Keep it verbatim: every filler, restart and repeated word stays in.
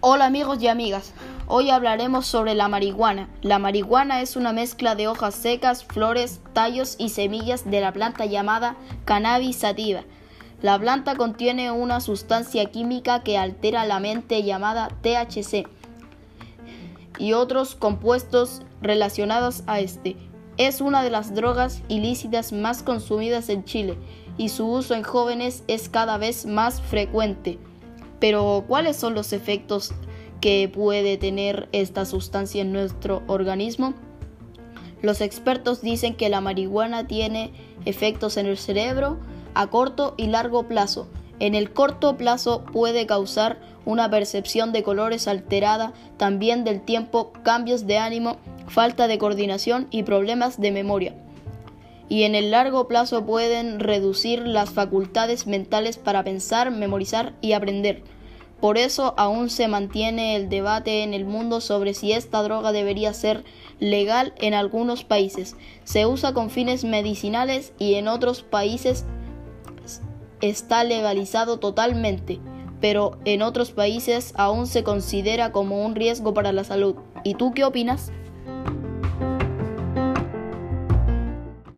Hola amigos y amigas, hoy hablaremos sobre la marihuana. La marihuana es una mezcla de hojas secas, flores, tallos y semillas de la planta llamada Cannabis sativa. La planta contiene una sustancia química que altera la mente llamada T H C y otros compuestos relacionados a este. Es una de las drogas ilícitas más consumidas en Chile y su uso en jóvenes es cada vez más frecuente. Pero, ¿cuáles son los efectos que puede tener esta sustancia en nuestro organismo? Los expertos dicen que la marihuana tiene efectos en el cerebro a corto y largo plazo. En el corto plazo puede causar una percepción de colores alterada, también del tiempo, cambios de ánimo, falta de coordinación y problemas de memoria. Y en el largo plazo pueden reducir las facultades mentales para pensar, memorizar y aprender. Por eso aún se mantiene el debate en el mundo sobre si esta droga debería ser legal en algunos países. Se usa con fines medicinales y en otros países está legalizado totalmente, pero en otros países aún se considera como un riesgo para la salud. ¿Y tú qué opinas?